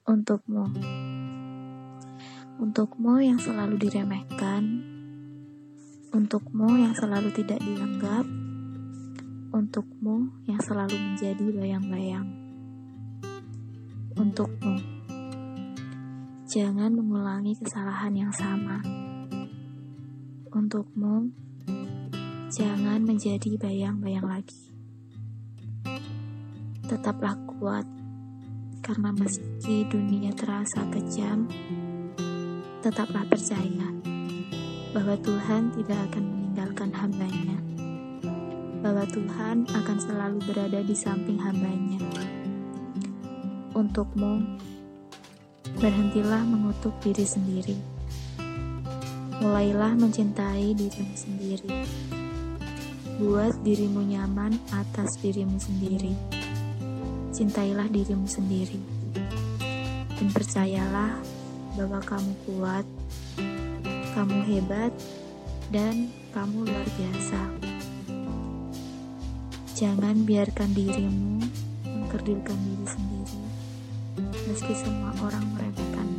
Untukmu yang selalu diremehkan, untukmu yang selalu tidak dianggap, untukmu yang selalu menjadi bayang-bayang. Untukmu, jangan mengulangi kesalahan yang sama. Untukmu, jangan menjadi bayang-bayang lagi. Tetaplah kuat, karena meski dunia terasa kejam, tetaplah percaya bahwa Tuhan tidak akan meninggalkan hamba-Nya, bahwa Tuhan akan selalu berada di samping hamba-Nya. Untukmu, berhentilah mengutuk diri sendiri. Mulailah mencintai dirimu sendiri. Buat dirimu nyaman atas dirimu sendiri. Cintailah dirimu sendiri. Dan percayalah bahwa kamu kuat, kamu hebat, dan kamu luar biasa. Jangan biarkan dirimu mengkerdilkan diri sendiri, meski semua orang meremehkan.